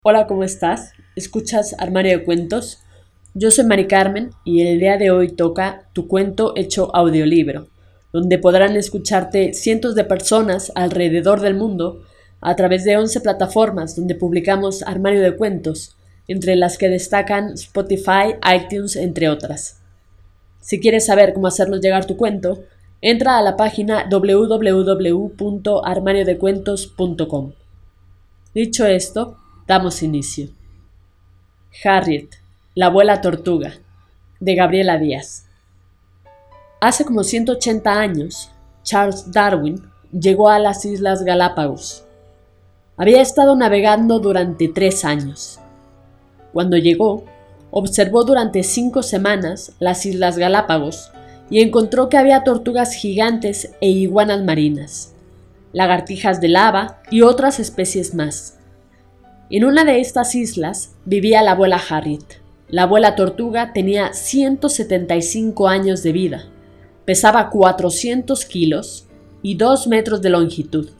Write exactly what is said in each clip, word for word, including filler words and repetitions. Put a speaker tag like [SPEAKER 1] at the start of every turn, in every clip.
[SPEAKER 1] Hola, ¿cómo estás? ¿Escuchas Armario de Cuentos? Yo soy Mari Carmen y el día de hoy toca Tu cuento hecho audiolibro, donde podrán escucharte cientos de personas alrededor del mundo a través de once plataformas donde publicamos Armario de Cuentos, entre las que destacan Spotify, iTunes, entre otras. Si quieres saber cómo hacernos llegar tu cuento, entra a la página doble u doble u doble u punto armario de cuentos punto com. Dicho esto, damos inicio. Harriet, la abuela tortuga, de Gabriela Díaz. Hace como ciento ochenta años, Charles Darwin llegó a las Islas Galápagos. Había estado navegando durante tres años. Cuando llegó, observó durante cinco semanas las Islas Galápagos y encontró que había tortugas gigantes e iguanas marinas, lagartijas de lava y otras especies más. En una de estas islas vivía la abuela Harriet. La abuela tortuga tenía ciento setenta y cinco años de vida, pesaba cuatrocientos kilos y dos metros de longitud.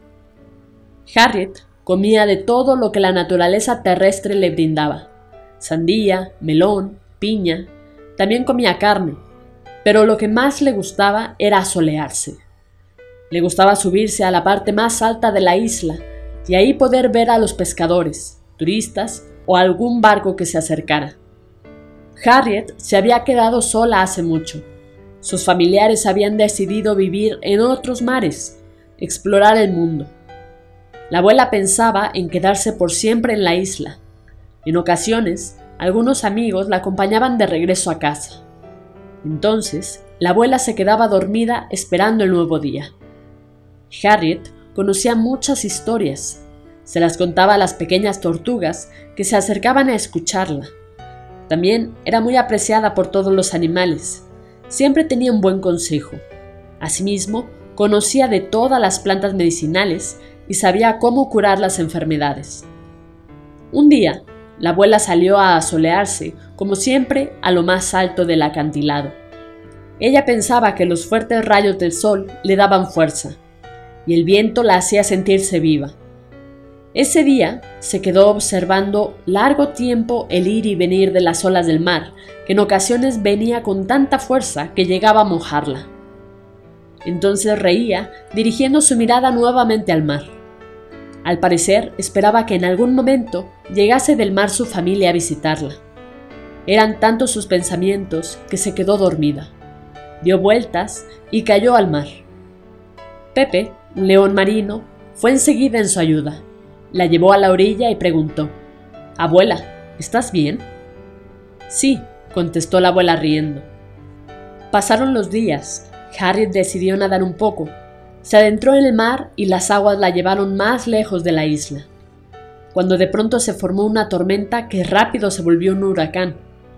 [SPEAKER 1] Harriet comía de todo lo que la naturaleza terrestre le brindaba: sandía, melón, piña. También comía carne, pero lo que más le gustaba era asolearse. Le gustaba subirse a la parte más alta de la isla y ahí poder ver a los pescadores, turistas o algún barco que se acercara. Harriet se había quedado sola hace mucho. Sus familiares habían decidido vivir en otros mares, explorar el mundo. La abuela pensaba en quedarse por siempre en la isla. En ocasiones, algunos amigos la acompañaban de regreso a casa. Entonces, la abuela se quedaba dormida esperando el nuevo día. Harriet conocía muchas historias. Se las contaba a las pequeñas tortugas que se acercaban a escucharla. También era muy apreciada por todos los animales. Siempre tenía un buen consejo. Asimismo, conocía de todas las plantas medicinales y sabía cómo curar las enfermedades. Un día, la abuela salió a asolearse, como siempre, a lo más alto del acantilado. Ella pensaba que los fuertes rayos del sol le daban fuerza, y el viento la hacía sentirse viva. Ese día se quedó observando largo tiempo el ir y venir de las olas del mar, que en ocasiones venía con tanta fuerza que llegaba a mojarla. Entonces reía, dirigiendo su mirada nuevamente al mar. Al parecer, esperaba que en algún momento llegase del mar su familia a visitarla. Eran tantos sus pensamientos que se quedó dormida. Dio vueltas y cayó al mar. Pepe, un león marino, fue enseguida en su ayuda. La llevó a la orilla y preguntó: «Abuela, ¿estás bien?» «Sí», contestó la abuela riendo. Pasaron los días. Harriet decidió nadar un poco. Se adentró en el mar y las aguas la llevaron más lejos de la isla. Cuando de pronto se formó una tormenta que rápido se volvió un huracán.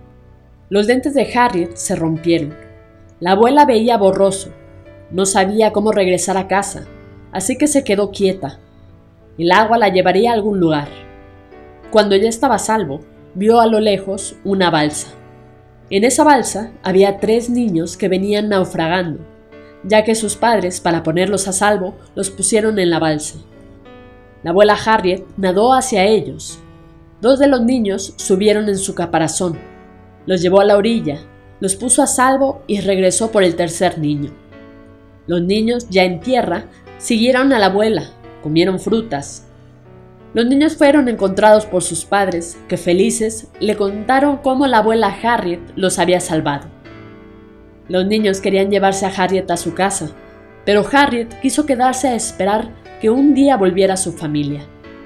[SPEAKER 1] Los dientes de Harriet se rompieron. La abuela veía borroso. No sabía cómo regresar a casa, así que se quedó quieta. El agua la llevaría a algún lugar. Cuando ya estaba a salvo, vio a lo lejos una balsa. En esa balsa había tres niños que venían naufragando, ya que sus padres, para ponerlos a salvo, los pusieron en la balsa. La abuela Harriet nadó hacia ellos. Dos de los niños subieron en su caparazón. Los llevó a la orilla, los puso a salvo y regresó por el tercer niño. Los niños, ya en tierra, siguieron a la abuela, comieron frutas. Los niños fueron encontrados por sus padres, que felices le contaron cómo la abuela Harriet los había salvado. Los niños querían llevarse a Harriet a su casa, pero Harriet quiso quedarse a esperar que un día volviera su familia.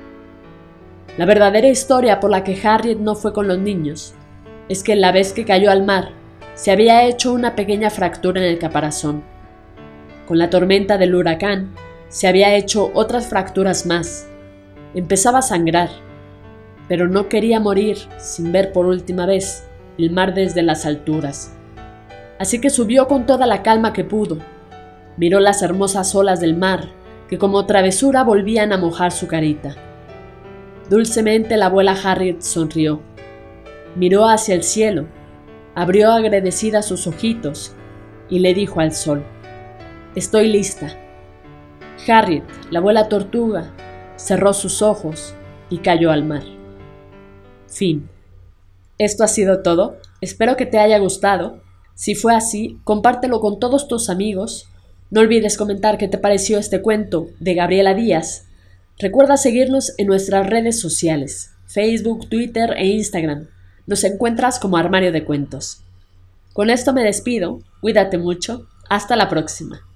[SPEAKER 1] La verdadera historia por la que Harriet no fue con los niños es que la vez que cayó al mar, se había hecho una pequeña fractura en el caparazón. Con la tormenta del huracán, se había hecho otras fracturas más. Empezaba a sangrar, pero no quería morir sin ver por última vez el mar desde las alturas. Así que subió con toda la calma que pudo. Miró las hermosas olas del mar, que como travesura volvían a mojar su carita. Dulcemente la abuela Harriet sonrió. Miró hacia el cielo, abrió agradecida sus ojitos y le dijo al sol: «Estoy lista». Harriet, la abuela tortuga, cerró sus ojos y cayó al mar. Fin. Esto ha sido todo. Espero que te haya gustado. Si fue así, compártelo con todos tus amigos. No olvides comentar qué te pareció este cuento de Gabriela Díaz. Recuerda seguirnos en nuestras redes sociales, Facebook, Twitter e Instagram. Nos encuentras como Armario de Cuentos. Con esto me despido. Cuídate mucho. Hasta la próxima.